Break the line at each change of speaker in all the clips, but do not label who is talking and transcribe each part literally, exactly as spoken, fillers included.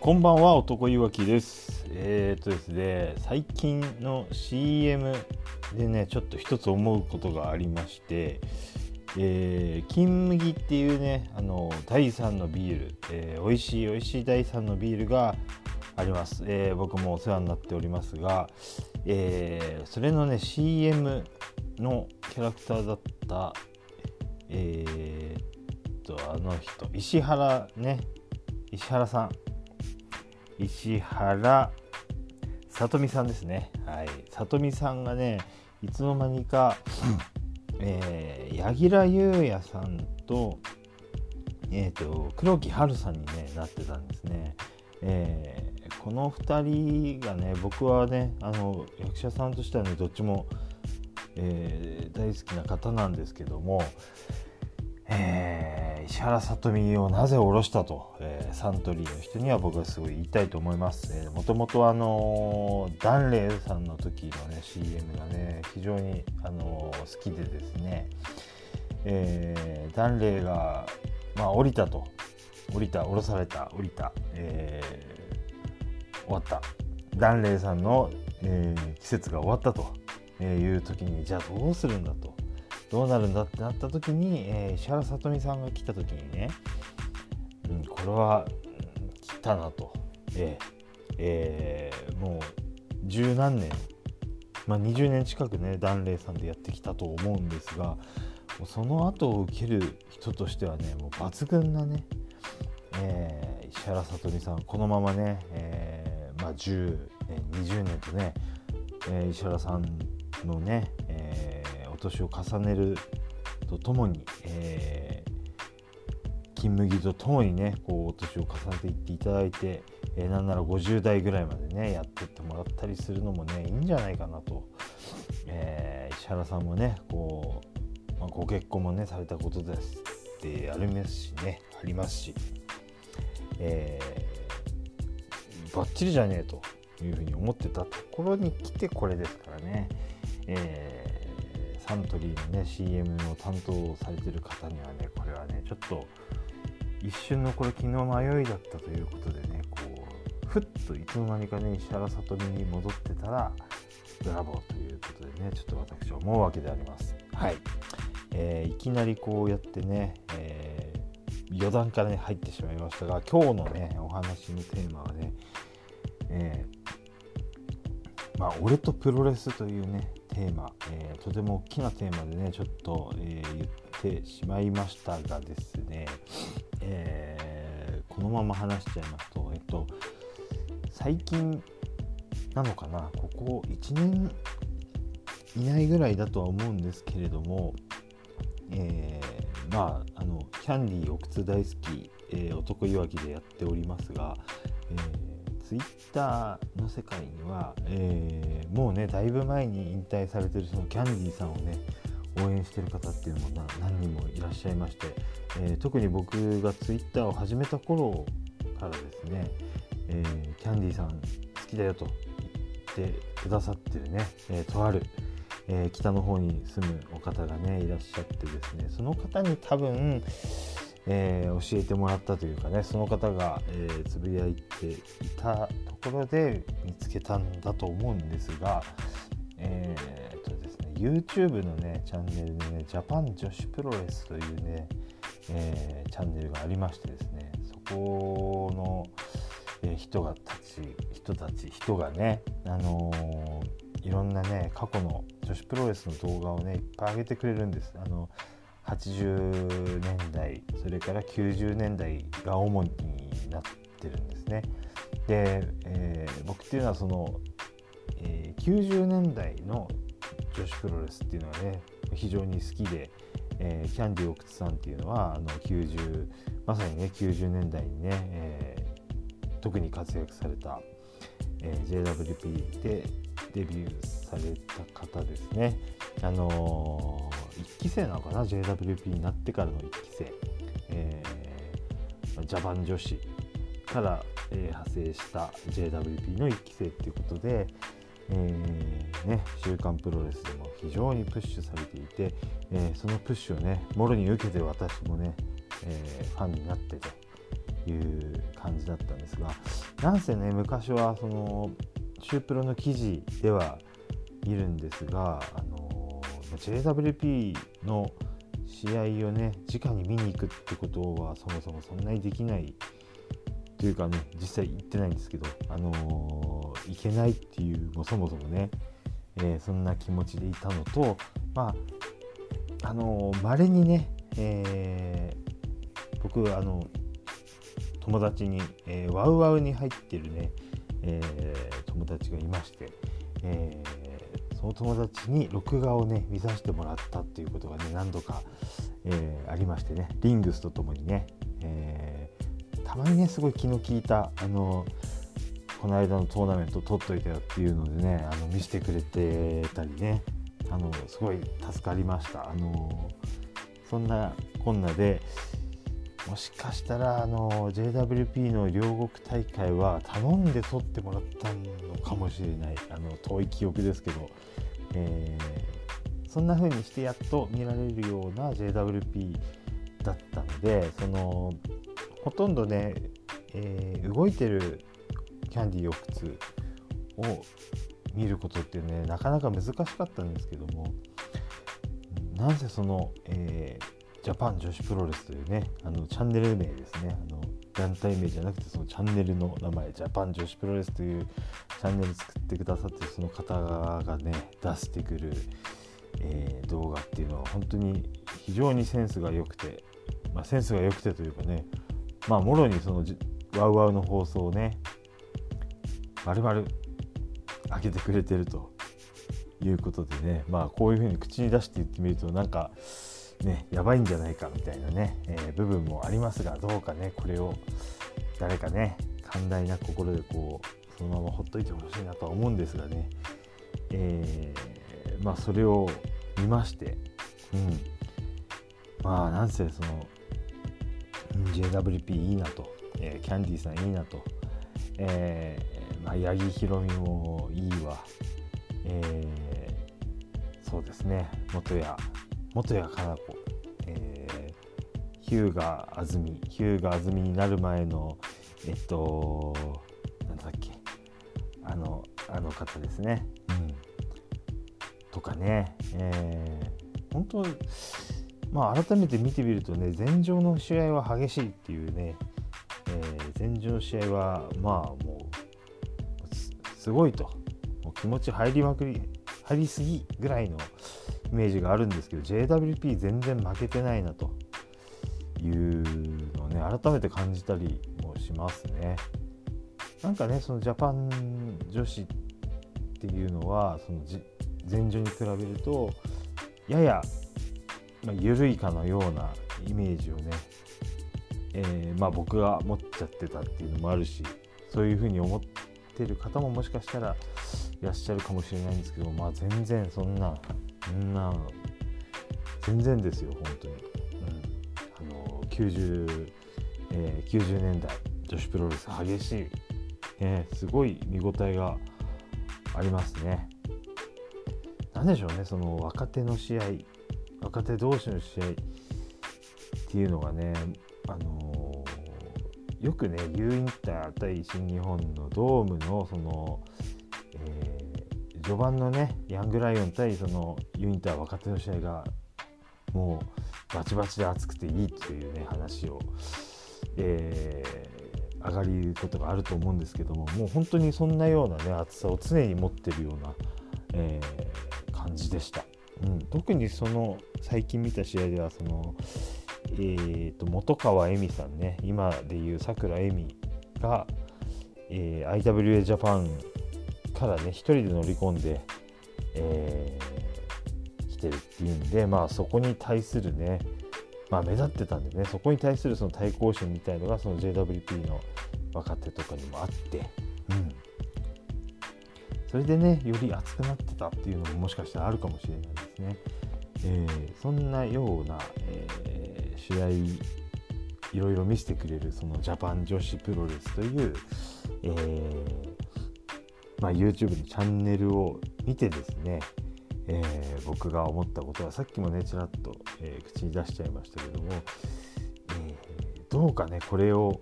こんばんは、男いわきです。えーっとですね、最近の シーエム でね、ちょっと一つ思うことがありまして、えー、金麦っていうね、あのだいさんのビール、えー、美味しい美味しいだいさんのビールがあります。えー、僕もお世話になっておりますが、えー、それのね シーエム のキャラクターだった、えー、っとあの人、石原ね、石原さん。石原さとみさんですね。はい、さとみさんがね、いつの間にか、えー、柳楽優弥さんと、えーと、黒木華さんに、ね、なってたんですね。えー、このふたりがね、僕はね、あの役者さんとしてはね、どっちも、えー、大好きな方なんですけども、えー、石原さとみをなぜ下ろしたと、えー、サントリーの人には僕はすごい言いたいと思います。えー、もともとあのー、ダンレイさんの時のね シーエム がね非常に、あのー、好きでですね、えー、ダンレイが、まあ、降りたと降りた降ろされた降りた、えー、終わったダンレイさんの、えー、季節が終わったという時に、じゃあどうするんだとどうなるんだってなった時に、えー、石原さとみさんが来た時にね、うん、これは、うん、来たなと、えーえー、もう十何年、まあ、にじゅうねん近くねダンレイさんでやってきたと思うんですが、その後を受ける人としてはね、もう抜群なね、えー、石原さとみさん、このままね、えーまあ、じゅうねんにじゅうねんとね、えー、石原さんのね、えー年を重ねるとともに、えー、金麦とともにねこうお年を重ねていっていただいて、えー、なんならごじゅう代ぐらいまでねやってってもらったりするのもねいいんじゃないかなと、えー、石原さんもねこう、まあ、ご結婚もねされたことですってありますしねありますし、えー、バッチリじゃねえというふうに思ってたところに来てこれですからね、えーサントリーのね シーエム を担当されている方にはね、これはねちょっと一瞬のこれ気の迷いだったということでね、こうふっといつの間にかね石原さとみに戻ってたらブラボーということでね、ちょっと私は思うわけであります。はい、えー、いきなりこうやってね、えー、余談からね入ってしまいましたが、今日のねお話のテーマはね、えー、まあ俺とプロレスというねテーマ、えー、とても大きなテーマでねちょっと、えー、言ってしまいましたがですね、えー、このまま話しちゃいますと、えっと最近なのかな、ここいちねん以内ぐらいだとは思うんですけれども、えー、まああのキャンディーお靴大好き、えー、男いわきでやっておりますが、えーツイッターの世界には、えー、もうねだいぶ前に引退されてるそのキャンディーさんをね応援してる方っていうのも何人もいらっしゃいまして、えー、特に僕がツイッターを始めた頃からですね、えー、キャンディーさん好きだよと言ってくださってるね、えー、とある、えー、北の方に住むお方がねいらっしゃってですね、その方に多分えー、教えてもらったというかね、その方が、えー、つぶやいていたところで見つけたんだと思うんですが、えー、とですね YouTube のねチャンネルでねジャパン女子プロレスというね、えー、チャンネルがありましてですね、そこの、えー、人がたち人たち人がね、あのー、いろんなね過去の女子プロレスの動画をねいっぱい上げてくれるんです。あのはちじゅうねんだい、それからきゅうじゅうねんだいが主になってるんですね。で、えー、僕っていうのはその、えー、きゅうじゅうねんだいの女子プロレスっていうのはね非常に好きで、えー、キャンディーお靴さんっていうのはあのきゅうじゅうまさにねきゅうじゅうねんだいにね、えー、特に活躍された、えー、ジェイダブリューピー でデビューされた方ですね。あのー、いっき生なのかな ジェイダブリューピー になってからのいっき生、えー、ジャパン女子から、えー、派生した ジェイダブリューピー のいっき生っていうことで、えーね、週刊プロレスでも非常にプッシュされていて、えー、そのプッシュをねもろに受けて私もね、えー、ファンになってという感じだったんですが、なんせね昔はそのシュープロの記事では見るんですが、あの ジェイダブリューピー の試合をね直に見に行くってことはそもそもそんなにできないというかね、実際行ってないんですけど、あのー、行けないっていうもうそもそもね、えー、そんな気持ちでいたのと、まああのー、稀にね、えー、僕あの友達に、えー、ワウワウに入ってるね、えー、友達がいまして、えー、その友達に録画をね見させてもらったっていうことがね何度か、えー、ありましてね、リングスとともにね、えーたまにねすごい気の利いたあのこの間のトーナメント取っといたよっていうのでね、あの見せてくれてたりね、あのすごい助かりました。あのそんなこんなでもしかしたらあの ジェイダブリューピー の両国大会は頼んで取ってもらったのかもしれない、あの遠い記憶ですけど、えー、そんな風にしてやっと見られるような ジェイダブリューピー だったので、そのほとんどね、えー、動いてるキャンディー浴靴を見ることってねなかなか難しかったんですけども、なんせその、えー、ジャパン女子プロレスというねあのチャンネル名ですね、あの団体名じゃなくてそのチャンネルの名前、ジャパン女子プロレスというチャンネル作ってくださってるその方がね出してくる、えー、動画っていうのは本当に非常にセンスが良くて、まあ、センスが良くてというかね、まあもろにそのワウワウの放送をね丸々上げてくれてるということでね、まあこういうふうに口に出して言ってみるとなんかねやばいんじゃないかみたいなね、えー、部分もありますが、どうかねこれを誰かね寛大な心でこうそのままほっといてほしいなとは思うんですがね、えー、まあそれを見まして、うん、まあなんせそのジェイダブリューピー いいなと、えー、キャンディーさんいいなと、えーまあ、八木ひろみもいいわ、えー、そうですね、元谷元谷かな子、えー、日向あずみ日向あずみになる前のえっとなんだっけあのあの方ですね、うん、とかね、えー、本当まあ、改めて見てみるとね、前場の試合は激しいっていうね、えー、前場の試合はまあもう す, すごいと、もう気持ち入りまくり入りすぎぐらいのイメージがあるんですけど、 ジェイダブリューピー 全然負けてないなというのをね改めて感じたりもしますね。なんかねそのジャパン女子っていうのはその前場に比べるとややまあ、緩いかのようなイメージをね、えーまあ、僕が持っちゃってたっていうのもあるし、そういうふうに思ってる方ももしかしたらいらっしゃるかもしれないんですけど、まあ全然そんなそんな全然ですよ本当に、うん、あのきゅうじゅう、えー、きゅうじゅうねんだい女子プロレス激しい、えー、すごい見応えがありますね。なんでしょうね、その若手の試合若手同士の試合っていうのがね、あのー、よくね U インター対新日本のドームのその、えー、序盤のねヤングライオン対その U インター若手の試合がもうバチバチで熱くていいというね話を、えー、上がることがあると思うんですけども、もう本当にそんなようなね熱さを常に持ってるような、えー、感じでした。うん、特にその最近見た試合ではその、えー、と本川恵美さんね、今でいう桜恵美が、えー、アイダブリューエー ジャパンからね一人で乗り込んで、えー、来てるっていうんで、まあそこに対するね、まあ目立ってたんでね、そこに対するその対抗心みたいのがその ジェイダブリューピー の若手とかにもあって、うん、それでねより熱くなってたっていうのももしかしたらあるかもしれないですね。えー、そんなような、えー、試合いろいろ見せてくれるそのジャパン女子プロレスという、えーまあ、YouTube のチャンネルを見てですね、えー、僕が思ったことはさっきもねちらっと、えー、口に出しちゃいましたけども、えー、どうかねこれを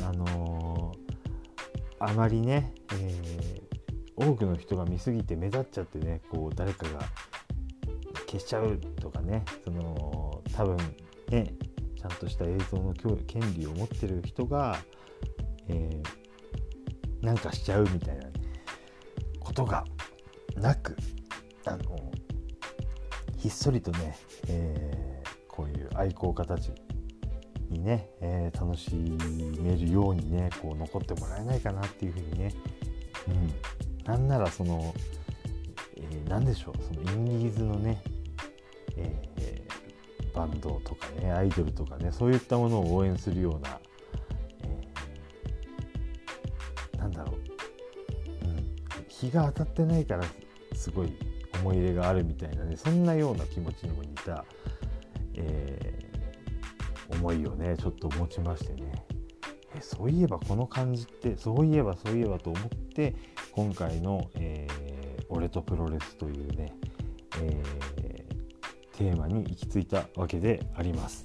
あのー、あまりね、えー、多くの人が見すぎて目立っちゃってね、こう誰かが消しちゃうとかね、その多分ねちゃんとした映像の権利を持ってる人が、えー、なんかしちゃうみたいなことがなく、あのひっそりとね、えー、こういう愛好家たちにね、えー、楽しめるようにね、こう残ってもらえないかなっていうふうにね、うん、なんならその、えー、なんでしょう、そのインディーズのね、えー、バンドとかね、アイドルとかね、そういったものを応援するような、えー、なんだろう、うん、日が当たってないからすごい思い入れがあるみたいなね、そんなような気持ちにも似た、えー、思いをねちょっと持ちましてね、えそういえばこの感じってそういえばそういえばと思って今回の、えー、俺とプロレスというね、えー、テーマに行き着いたわけであります。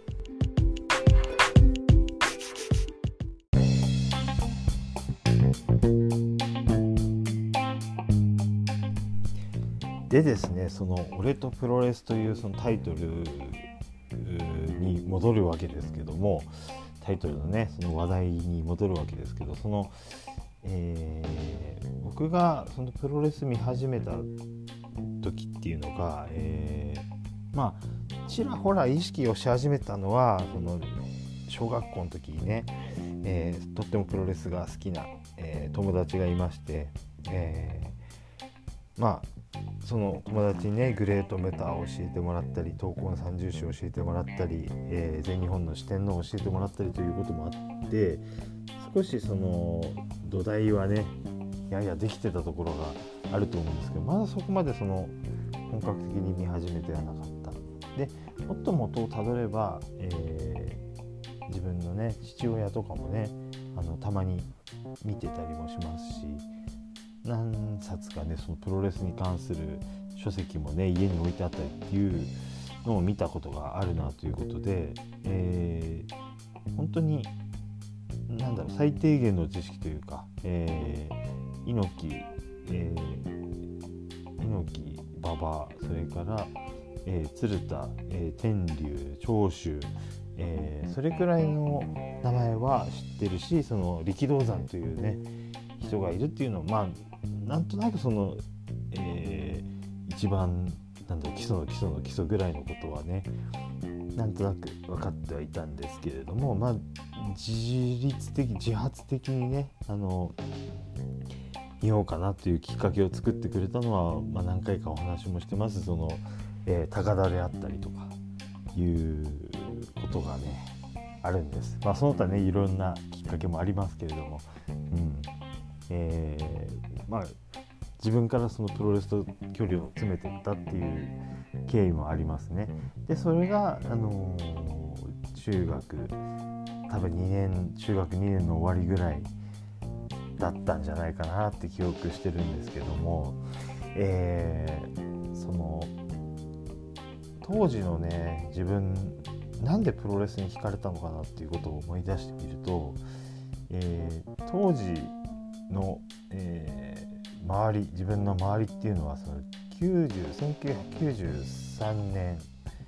でですね、その俺とプロレスというそのタイトルに戻るわけですけども、タイトルのねその話題に戻るわけですけど、その、えー、僕がそのプロレス見始めた時っていうのが、えー、まあちらほら意識をし始めたのはその小学校の時にね、えー、とってもプロレスが好きな、えー、友達がいまして、えー、まあその友達にねグレートメタを教えてもらったり、闘魂三重士を教えてもらったり、えー、全日本の四天王を教えてもらったりということもあって、少しその土台はねややできてたところがあると思うんですけど、まだそこまでその本格的に見始めてはなかった。でもっともとをたどれば、えー、自分のね父親とかもねあのたまに見てたりもしますし、何冊かねそのプロレスに関する書籍もね家に置いてあったりっていうのを見たことがあるなということで、えー、本当になんだろう最低限の知識というか、えー、猪木、えー、猪木馬場、それから、えー、鶴田、えー、天竜、長州、えー、それくらいの名前は知ってるし、その力道山というね人がいるっていうのをまあなんとなくその、えー、一番なんだろう基礎の基礎の基礎ぐらいのことはねなんとなく分かってはいたんですけれども、まあ自律的自発的にねあの見ようかなというきっかけを作ってくれたのは、まあ、何回かお話もしてますその、えー、高田であったりとかいうことがねあるんです。まあその他ねいろんなきっかけもありますけれども、うんえー、まあ自分からそのプロレスと距離を詰めていったっていう経緯もありますね。でそれが、あのー、中学多分にねん中学にねんの終わりぐらいだったんじゃないかなって記憶してるんですけども、えー、その当時のね自分なんでプロレスに惹かれたのかなっていうことを思い出してみると、えー、当時の、えー、周り自分の周りっていうのはそのせんきゅうひゃくきゅうじゅうさんね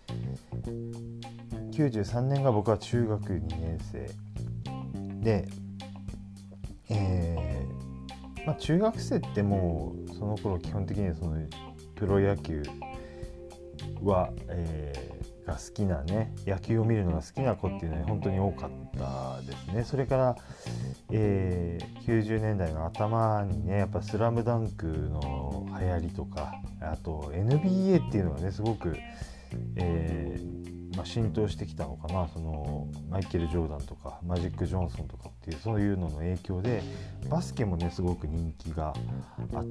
んきゅうじゅうさんねんが僕は中学にねん生で、えーまあ、中学生ってもうその頃基本的にそのプロ野球は、えー、が好きなね野球を見るのが好きな子っていうのは本当に多かったですね。それから、えー、きゅうじゅうねんだいの頭にねやっぱスラムダンクの流行りとかあと エヌビーエー っていうのがねすごく、えーまあ、浸透してきたのかな。そのマイケル・ジョーダンとかマジック・ジョンソンとかっていうそういうのの影響でバスケもねすごく人気があって、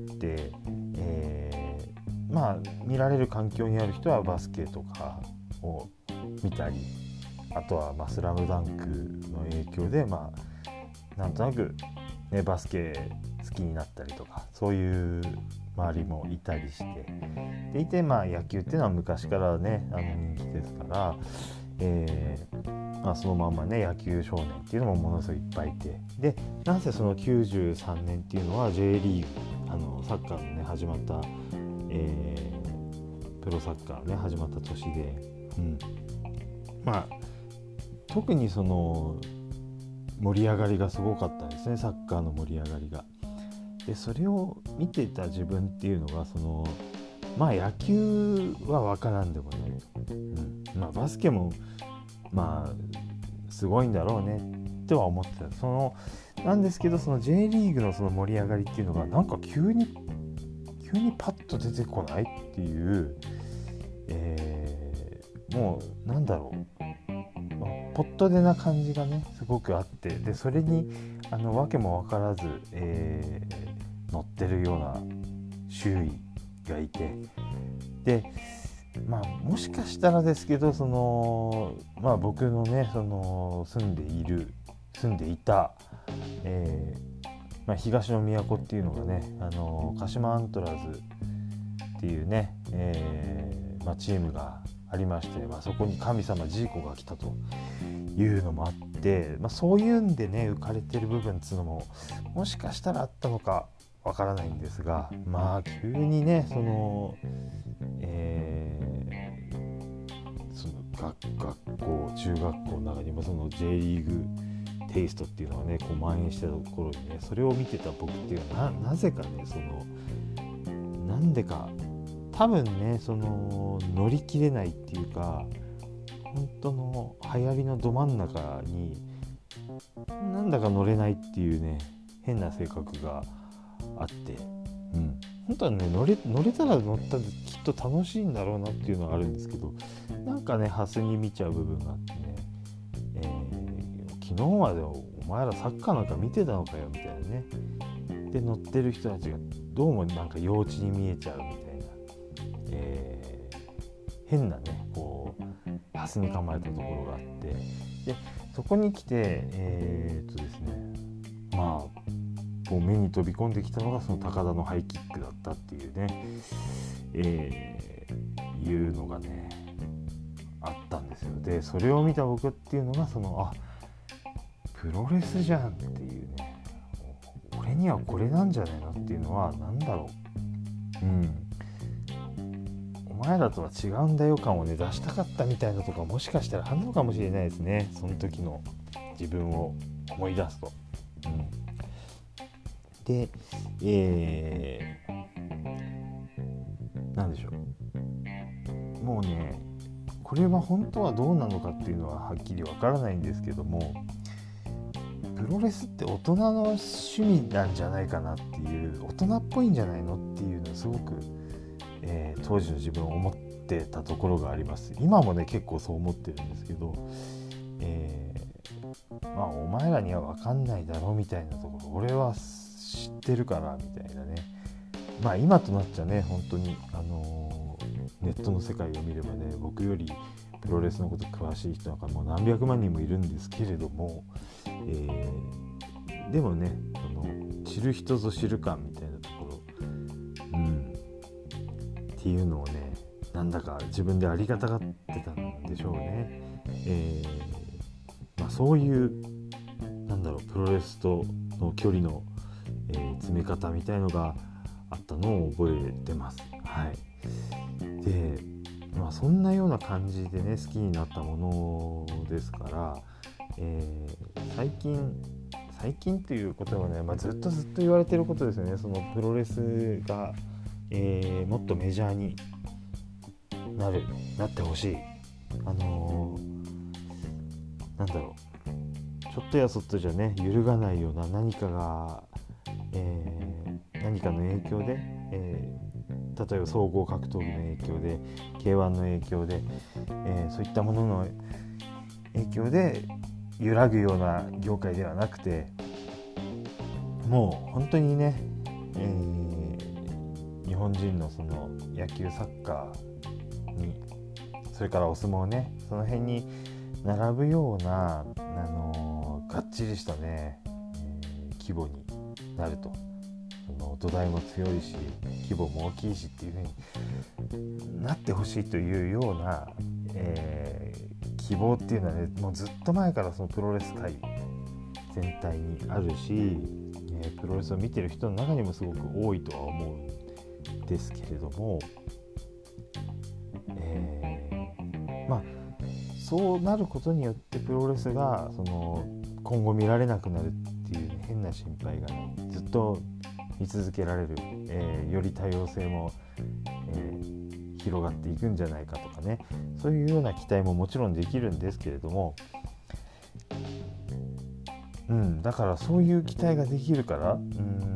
えー、まあ見られる環境にある人はバスケとかを見たり、あとはまあスラムダンクの影響でまあなんとなく、ね、バスケ好きになったりとかそういう周りもいたりしてでいて、まあ野球っていうのは昔からねあの人気ですから、 えーまあ、そのまんまね野球少年っていうのもものすごいいっぱいいて、でなんせそのきゅうじゅうさんねんっていうのは J リーグ、あのサッカーのね始まった、えー、プロサッカーね始まった年で、うん、まあ特にその盛り上がりがすごかったんですね、サッカーの盛り上がりが。でそれを見てた自分っていうのが、そのまあ野球は分からんでもないと、うんまあ、バスケもまあすごいんだろうねっては思ってた。そのなんですけど、その J リーグのその盛り上がりっていうのがなんか急に急にパッと出てこないっていう、えー、もうなんだろう、ポットでな感じがねすごくあって、でそれにあの訳も分からず、えー、乗ってるような周囲がいて、でまあもしかしたらですけど、そのまあ僕のねその住んでいる住んでいた、えーまあ、東の都っていうのがね、あの鹿島アントラーズっていうね、えーまあ、チームがありまして、まあ、そこに神様ジーコが来たというのもあって、まあ、そういうんでね浮かれてる部分っていうのももしかしたらあったのかわからないんですが、まあ急にねその、えー、その 学, 学校中学校の中にもその J リーグテイストっていうのがねこう蔓延してたところにね、それを見てた僕っていうのは な, なぜかねそのなんでか多分ねその乗り切れないっていうか、本当の流行りのど真ん中になんだか乗れないっていうね変な性格があって、うん、本当はね乗れ、乗れたら乗ったできっと楽しいんだろうなっていうのはあるんですけど、なんかねハスに見ちゃう部分があってね、えー、昨日までお前らサッカーなんか見てたのかよみたいなね、で乗ってる人たちがどうもなんか幼稚に見えちゃうみたいな、えー、変なねこうハスに構えたところがあって、でそこに来てえー、っとですねまあこう目に飛び込んできたのがその高田のハイキックだったっていうね、えー、いうのがねあったんですよ。でそれを見た僕っていうのがそのあプロレスじゃんっていうね、俺にはこれなんじゃないのっていうのはなんだろう、うんお前らとは違うんだよ感をね出したかったみたいなとかもしかしたらあるのかもしれないですね、その時の自分を思い出すと、うん、で、えー、なんでしょう、もうねこれは本当はどうなのかっていうのははっきりわからないんですけども、プロレスって大人の趣味なんじゃないかなっていう、大人っぽいんじゃないのっていうのをすごく、えー、当時の自分を思ってたところがあります。今もね結構そう思ってるんですけど、えー、まあお前らには分かんないだろみたいなところ俺は知ってるからみたいなね、まあ今となっちゃね本当にあのー、ネットの世界を見ればね僕よりプロレスのこと詳しい人なんかもう何百万人もいるんですけれども、えー、でもねその知る人ぞ知る感みたいなところ、うん、っていうのをねなんだか自分でありがたがってたんでしょうね、えーまあ、そういうなんだろうプロレスとの距離の、えー、詰め方みたいのがあったのを覚えてます。はい。でまあ、そんなような感じでね好きになったものですから、えー、最近最近っていうことはね、まあ、ずっとずっと言われてることですよね。そのプロレスが、えー、もっとメジャーになるなってほしい、あのー、なんだろうちょっとやそっとじゃね揺るがないような何かが、えー、何かの影響で、えー例えば総合格闘技の影響で ケーワン の影響で、えー、そういったものの影響で揺らぐような業界ではなくて、もう本当にね、えー、日本人のその野球サッカーにそれからお相撲ねその辺に並ぶような、あのー、がっちりしたね、えー、規模になると、 その土台も強いし規模も大きいしっていう風になってほしいというような、えー、希望っていうのはねもうずっと前からそのプロレス界全体にあるし、えー、プロレスを見てる人の中にもすごく多いとは思うんですけれども、えー、まあそうなることによってプロレスがその今後見られなくなるっていう、ね、変な心配が、ね、ずっと見続けられる、えー、より多様性も、えー、広がっていくんじゃないかとかね、そういうような期待ももちろんできるんですけれども、うん、だからそういう期待ができるから、うん、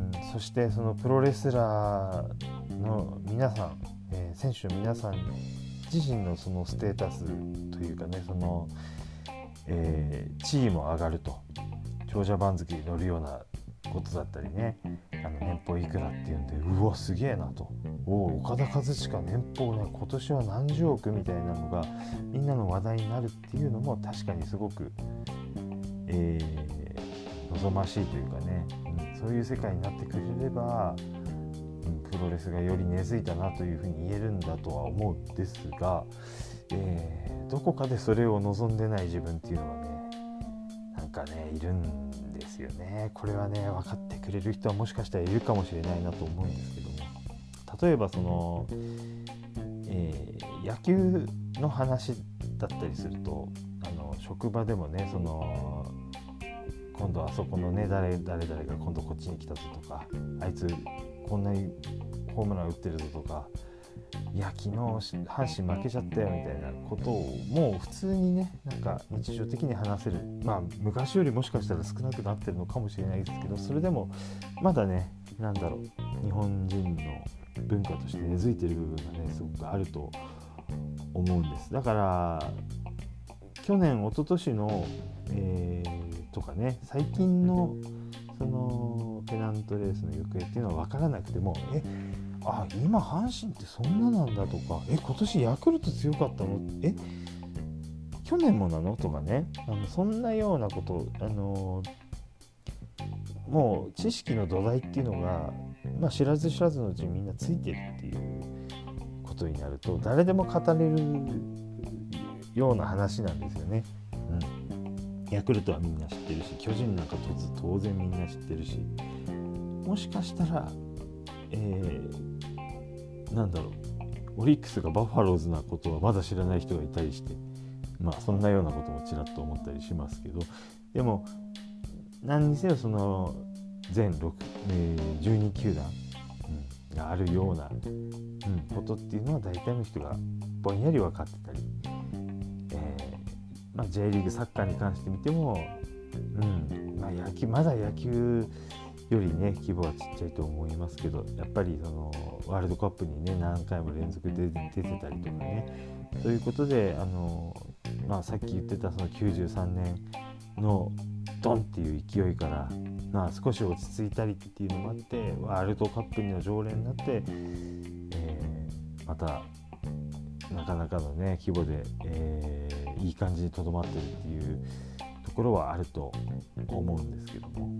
そしてそのプロレスラーの皆さん、えー、選手の皆さん自身のそのステータスというかね、その、えー、地位も上がると、長者番付に乗るようなことだったりね、あの年俸いくらっていうんで、うわすげえなと、お岡田和親年俸ね今年は何十億みたいなのがみんなの話題になるっていうのも確かにすごく、えー、望ましいというかね、うん、そういう世界になってくれれば、うん、プロレスがより根付いたなというふうに言えるんだとは思うんですが、えー、どこかでそれを望んでない自分っていうのがねなんかねいるんですよね。これはね分かってくれる人はもしかしたらいるかもしれないなと思うんですけども、例えばその、えー、野球の話だったりすると、あの職場でもねその今度あそこのね誰誰々が今度こっちに来たぞとか、あいつこんなにホームラン打ってるぞとか、いや昨日阪神負けちゃったよみたいなことをもう普通にねなんか日常的に話せる、まあ昔よりもしかしたら少なくなってるのかもしれないですけど、それでもまだねなんだろう日本人の文化として根付いてる部分がねすごくあると思うんです。だから去年一昨年の、えー、とかね最近のそのペナントレースの行方っていうのは分からなくても、えあ今阪神ってそんななんだとか、え今年ヤクルト強かったの、え去年もなのとかね、あのそんなようなこと、あのもう知識の土台っていうのが、まあ、知らず知らずのうちにみんなついてるっていうことになると誰でも語れるような話なんですよね、うん、ヤクルトはみんな知ってるし、巨人なんか当然みんな知ってるし、もしかしたら、えー、なんだろうオリックスがバファローズなことはまだ知らない人がいたりして、まあそんなようなこともちらっと思ったりしますけど、でも何にせよその全ろく、えー、じゅうに球団、うん、があるような、うん、ことっていうのは大体の人がぼんやり分かってたり、えーまあ、J リーグサッカーに関して見ても、うんまあ、野球まだ野球よりね規模はちっちゃいと思いますけど、やっぱりそのワールドカップにね何回も連続で出てたりとかね、そういうことであの、まあ、さっき言ってたそのきゅうじゅうさんねんのドンっていう勢いから、まあ、少し落ち着いたりっていうのもあってワールドカップの常連になって、えー、またなかなかのね規模で、えー、いい感じにとどまってるっていうところはあると思うんですけども、うん、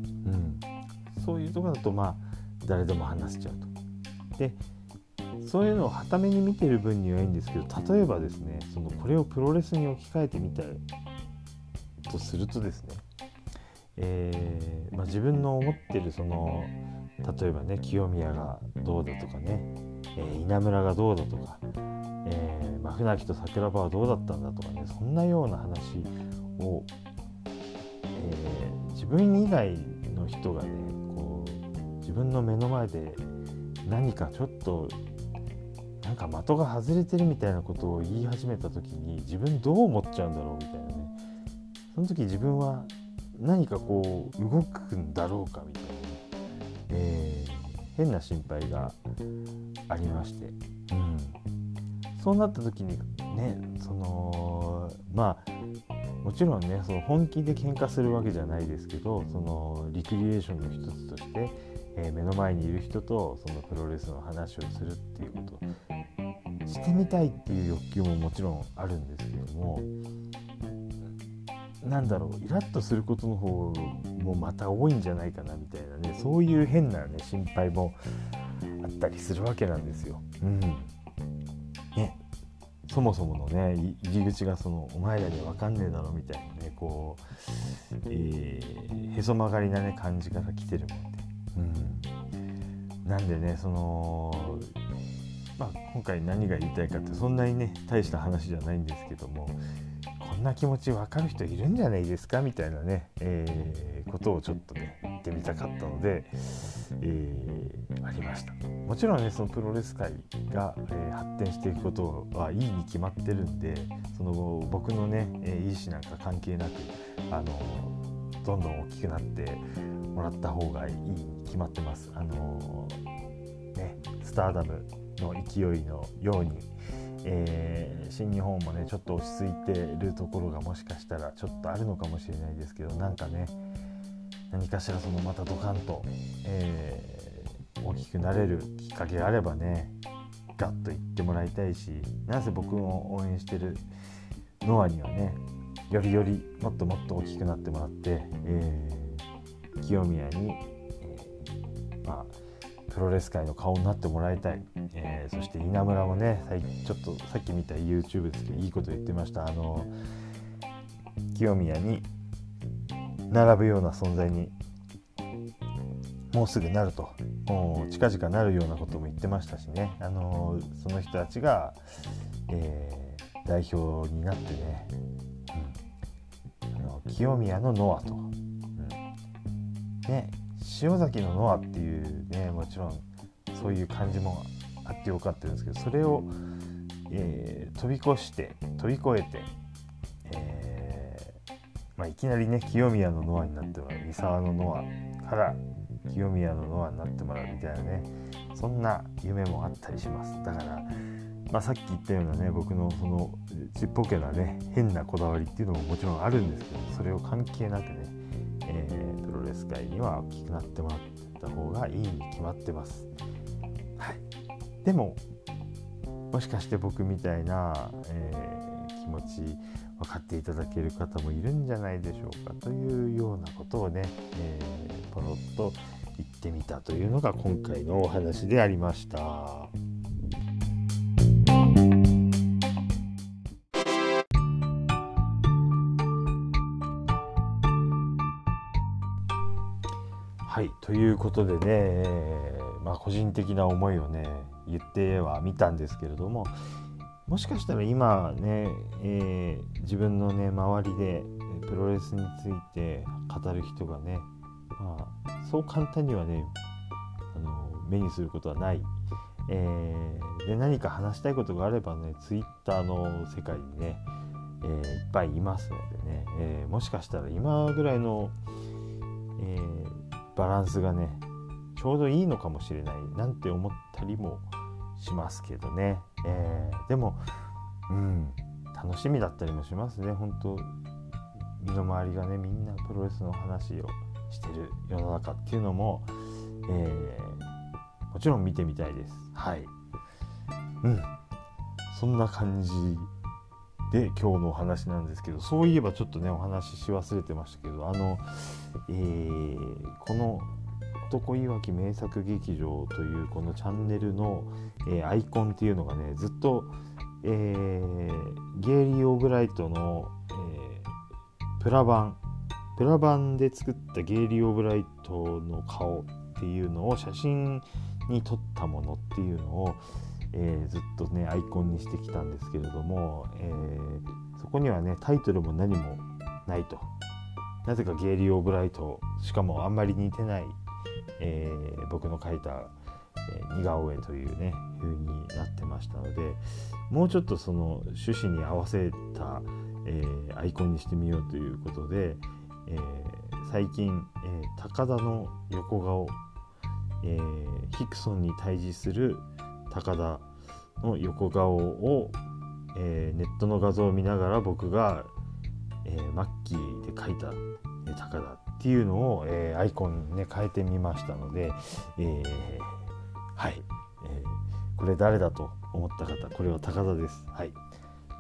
そういうところだとまあ誰でも話せちゃうと。でそういうのをはために見てる分にはいいんですけど、例えばですねそのこれをプロレスに置き換えてみたいとするとですね、えーまあ、自分の思ってるその例えばね清宮がどうだとかね、えー、稲村がどうだとか、えーまあ、船木と桜庭はどうだったんだとかね、そんなような話を、えー、自分以外の人がねこう自分の目の前で何かちょっとなんか的が外れてるみたいなことを言い始めた時に自分どう思っちゃうんだろうみたいなね、その時自分は何かこう動くんだろうかみたいな、えー、変な心配がありまして、うん、そうなった時にねそのまあもちろんねその本気で喧嘩するわけじゃないですけど、そのリクリエーションの一つとして、えー、目の前にいる人とそのプロレスの話をするっていうことしてみたいっていう欲求ももちろんあるんですけども、 なんだろうイラッとすることの方もまた多いんじゃないかなみたいなね、そういう変なね心配もあったりするわけなんですよ。うんね、そもそものね入り口がそのお前らには分かんねえだろみたいなねこう、えー、へそ曲がりなね感じから来てるもんで、うん、なんでねそのまあ今回何が言いたいかってそんなにね大した話じゃないんですけども、こんな気持ち分かる人いるんじゃないですかみたいなね、えー、ことをちょっとね言ってみたかったので、えー、ありました。もちろんねそのプロレス界が、えー、発展していくことはいいに決まってるんで、その僕のね、えー、意思なんか関係なくあのどんどん大きくなってもらった方がいいに決まってます。あのー、ねスターダムの勢いのように、えー、新日本もねちょっと落ち着いてるところがもしかしたらちょっとあるのかもしれないですけど、なんかね何かしらそのまたドカンと、えー、大きくなれるきっかけがあればねガッと言ってもらいたいし、なぜ僕を応援してるノアにはねよりよりもっともっと大きくなってもらって、えー、清宮に、えー、まあプロレス界の顔になってもらいたい、えー、そして稲村もねちょっとさっき見た YouTube ですけどいいこと言ってました。あの清宮に並ぶような存在にもうすぐなると、もう近々なるようなことも言ってましたしね、あのその人たちが、えー、代表になってね、うん、あの清宮のノアと、うん、ね塩崎のノアっていうねもちろんそういう感じもあってよかったんですけど、それを、えー、飛び越して飛び越えて、えーまあ、いきなりね清宮のノアになってもらう、三沢のノアから清宮のノアになってもらうみたいなね、そんな夢もあったりします。だから、まあ、さっき言ったようなね僕のそのちっぽけなね変なこだわりっていうのももちろんあるんですけど、それを関係なくね、えー、プロレス界には大きくなってもらった方がいいに決まってます。はい、でももしかして僕みたいな、えー、気持ち分かっていただける方もいるんじゃないでしょうかというようなことをね、えー、ポロッと言ってみたというのが今回のお話でありました。はい、ということでね、えーまあ、個人的な思いをね言ってはみたんですけれども、もしかしたら今ね、えー、自分のね周りでプロレスについて語る人がね、まあ、そう簡単にはねあの目にすることはない、えー、で何か話したいことがあればねツイッターの世界にね、えー、いっぱいいますのでね、えー、もしかしたら今ぐらいの、えー、バランスがねちょうどいいのかもしれないなんて思ったりもしますけどね、えー、でも、うん、楽しみだったりもしますね。本当身の回りがねみんなプロレスの話をしてる世の中っていうのも、えー、もちろん見てみたいです。はい、うん、そんな感じで今日のお話なんですけど、そういえばちょっとねお話しし忘れてましたけど、あの、えー、この男いわき名作劇場というこのチャンネルの、えー、アイコンっていうのがねずっと、えー、ゲイリー・オブライトの、えー、プラ版プラ版で作ったゲイリー・オブライトの顔っていうのを写真に撮ったものっていうのを、えー、ずっとねアイコンにしてきたんですけれども、えー、そこにはねタイトルも何もないと、なぜかゲイリー・オブライト、しかもあんまり似てないえー、僕の描いた、えー、似顔絵というね風になってましたので、もうちょっとその趣旨に合わせた、えー、アイコンにしてみようということで、えー、最近、えー、高田の横顔、えー、ヒクソンに対峙する高田の横顔を、えー、ネットの画像を見ながら僕が、えー、マッキーで描いた、えー、高田っていうのを、えー、アイコンね変えてみましたので、えー、はい、えー、これ誰だと思った方、これは高田です。はい、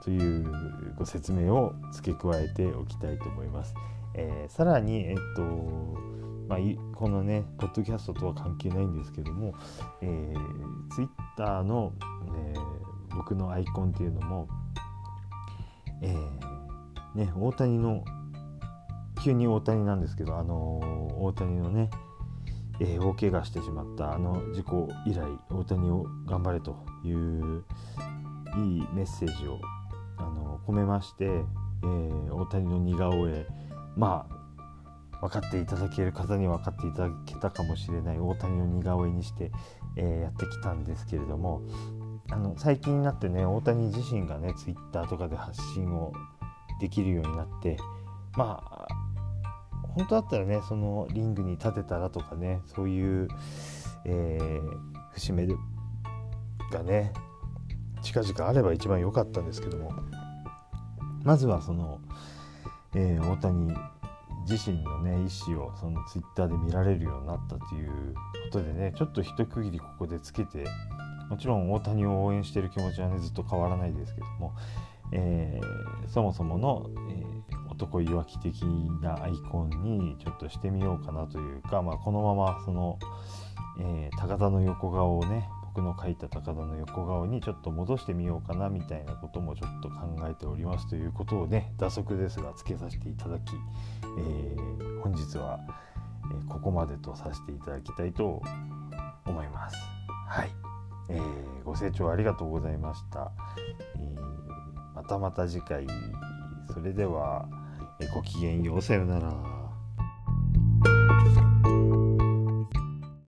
というご説明を付け加えておきたいと思います。えー、さらに、えっとまあ、このねポッドキャストとは関係ないんですけども、えー、Twitter の、えー、僕のアイコンっていうのも、えーね、大谷の急に大谷なんですけど、あのー、大谷のね、えー、大怪我してしまったあの事故以来、大谷を頑張れといういいメッセージを、あのー、込めまして、えー、大谷の似顔絵、まあ分かっていただける方には分かっていただけたかもしれない大谷の似顔絵にして、えー、やってきたんですけれども、あの最近になってね、大谷自身がねツイッターとかで発信をできるようになって、まあ本当だったらね、そのリングに立てたらとかね、そういう、えー、節目がね近々あれば一番良かったんですけども、まずはその、えー、大谷自身のね意思をそのツイッターで見られるようになったということでね、ちょっと一区切りここでつけて、もちろん大谷を応援している気持ちはねずっと変わらないですけども、えー、そもそもの、えー、男いわき的なアイコンにちょっとしてみようかなというか、まあ、このままその、えー、高田の横顔をね、僕の描いた高田の横顔にちょっと戻してみようかなみたいなこともちょっと考えておりますということをね、打足ですがつけさせていただき、えー、本日は、えー、ここまでとさせていただきたいと思います。はい、えー、ご清聴ありがとうございました。えーまたまた次回。それではごきげんよう。さよなら。